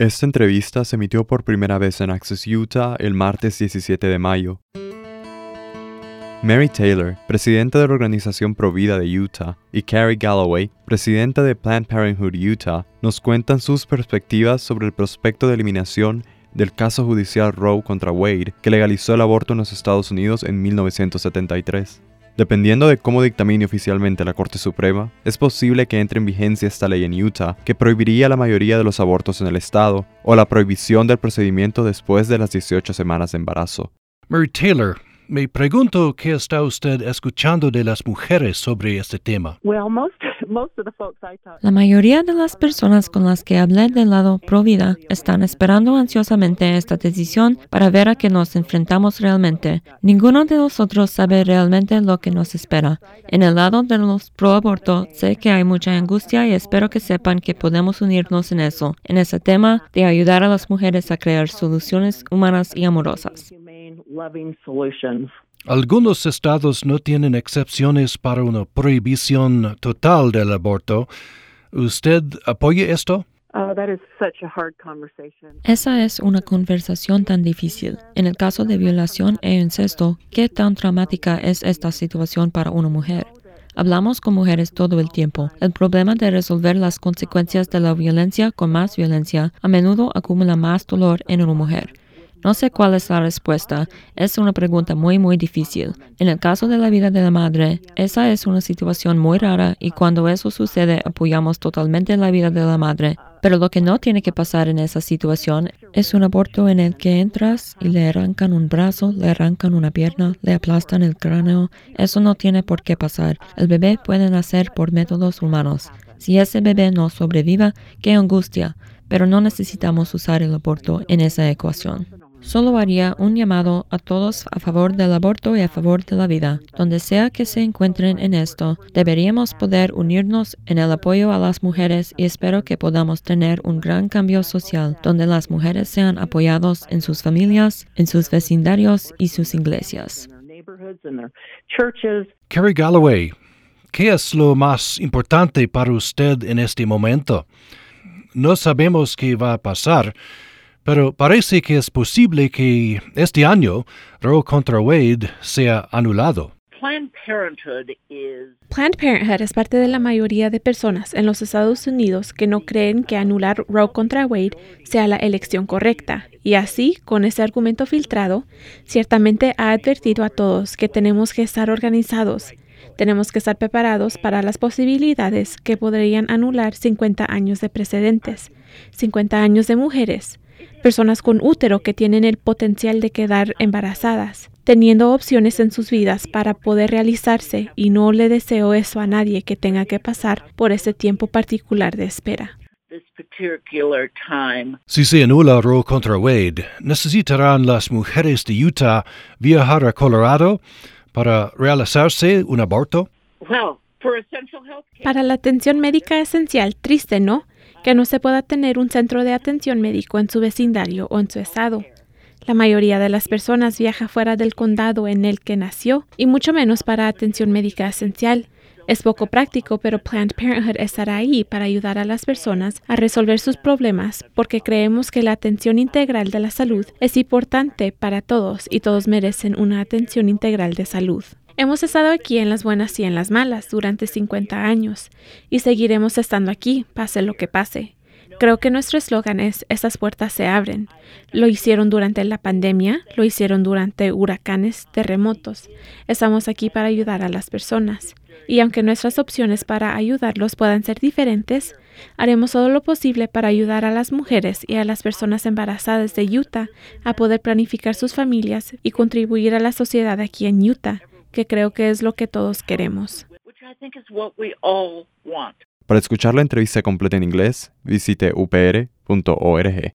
Esta entrevista se emitió por primera vez en Access Utah el martes 17 de mayo. Mary Taylor, presidenta de la organización Provida de Utah, y Carrie Galloway, presidenta de Planned Parenthood Utah, nos cuentan sus perspectivas sobre el prospecto de eliminación del caso judicial Roe contra Wade, que legalizó el aborto en los Estados Unidos en 1973. Dependiendo de cómo dictamine oficialmente la Corte Suprema, es posible que entre en vigencia esta ley en Utah que prohibiría la mayoría de los abortos en el estado o la prohibición del procedimiento después de las 18 semanas de embarazo. Mary Taylor, me pregunto qué está usted escuchando de las mujeres sobre este tema. La mayoría de las personas con las que hablé del lado Provida están esperando ansiosamente esta decisión para ver a qué nos enfrentamos realmente. Ninguno de nosotros sabe realmente lo que nos espera. En el lado de los pro-aborto, sé que hay mucha angustia y espero que sepan que podemos unirnos en eso, en ese tema de ayudar a las mujeres a crear soluciones humanas y amorosas. Algunos estados no tienen excepciones para una prohibición total del aborto. ¿Usted apoya esto? Esa es una conversación tan difícil. En el caso de violación e incesto, ¿qué tan traumática es esta situación para una mujer? Hablamos con mujeres todo el tiempo. El problema de resolver las consecuencias de la violencia con más violencia a menudo acumula más dolor en una mujer. No sé cuál es la respuesta. Es una pregunta muy difícil. En el caso de la vida de la madre, esa es una situación muy rara y cuando eso sucede apoyamos totalmente la vida de la madre. Pero lo que no tiene que pasar en esa situación es un aborto en el que entras y le arrancan un brazo, le arrancan una pierna, le aplastan el cráneo. Eso no tiene por qué pasar. El bebé puede nacer por métodos humanos. Si ese bebé no sobreviva, qué angustia. Pero no necesitamos usar el aborto en esa ecuación. Solo haría un llamado a todos a favor del aborto y a favor de la vida. Donde sea que se encuentren en esto, deberíamos poder unirnos en el apoyo a las mujeres y espero que podamos tener un gran cambio social donde las mujeres sean apoyadas en sus familias, en sus vecindarios y sus iglesias. Carrie Galloway, ¿qué es lo más importante para usted en este momento? No sabemos qué va a pasar, pero parece que es posible que este año Roe contra Wade sea anulado. Planned Parenthood es parte de la mayoría de personas en los Estados Unidos que no creen que anular Roe contra Wade sea la elección correcta. Y así, con ese argumento filtrado, ciertamente ha advertido a todos que tenemos que estar organizados. Tenemos que estar preparados para las posibilidades que podrían anular 50 años de precedentes, 50 años de mujeres, personas con útero que tienen el potencial de quedar embarazadas, teniendo opciones en sus vidas para poder realizarse y no le deseo eso a nadie que tenga que pasar por ese tiempo particular de espera. Si se anula Roe contra Wade, ¿necesitarán las mujeres de Utah viajar a Colorado para realizarse un aborto? Para la atención médica esencial, triste, ¿no? Que no se pueda tener un centro de atención médico en su vecindario o en su estado. La mayoría de las personas viaja fuera del condado en el que nació y mucho menos para atención médica esencial. Es poco práctico, pero Planned Parenthood estará ahí para ayudar a las personas a resolver sus problemas porque creemos que la atención integral de la salud es importante para todos y todos merecen una atención integral de salud. Hemos estado aquí en las buenas y en las malas durante 50 años y seguiremos estando aquí, pase lo que pase. Creo que nuestro eslogan es "Estas puertas se abren". Lo hicieron durante la pandemia, lo hicieron durante huracanes, terremotos. Estamos aquí para ayudar a las personas. Y aunque nuestras opciones para ayudarlos puedan ser diferentes, haremos todo lo posible para ayudar a las mujeres y a las personas embarazadas de Utah a poder planificar sus familias y contribuir a la sociedad aquí en Utah, que creo que es lo que todos queremos. Para escuchar la entrevista completa en inglés, visite upr.org.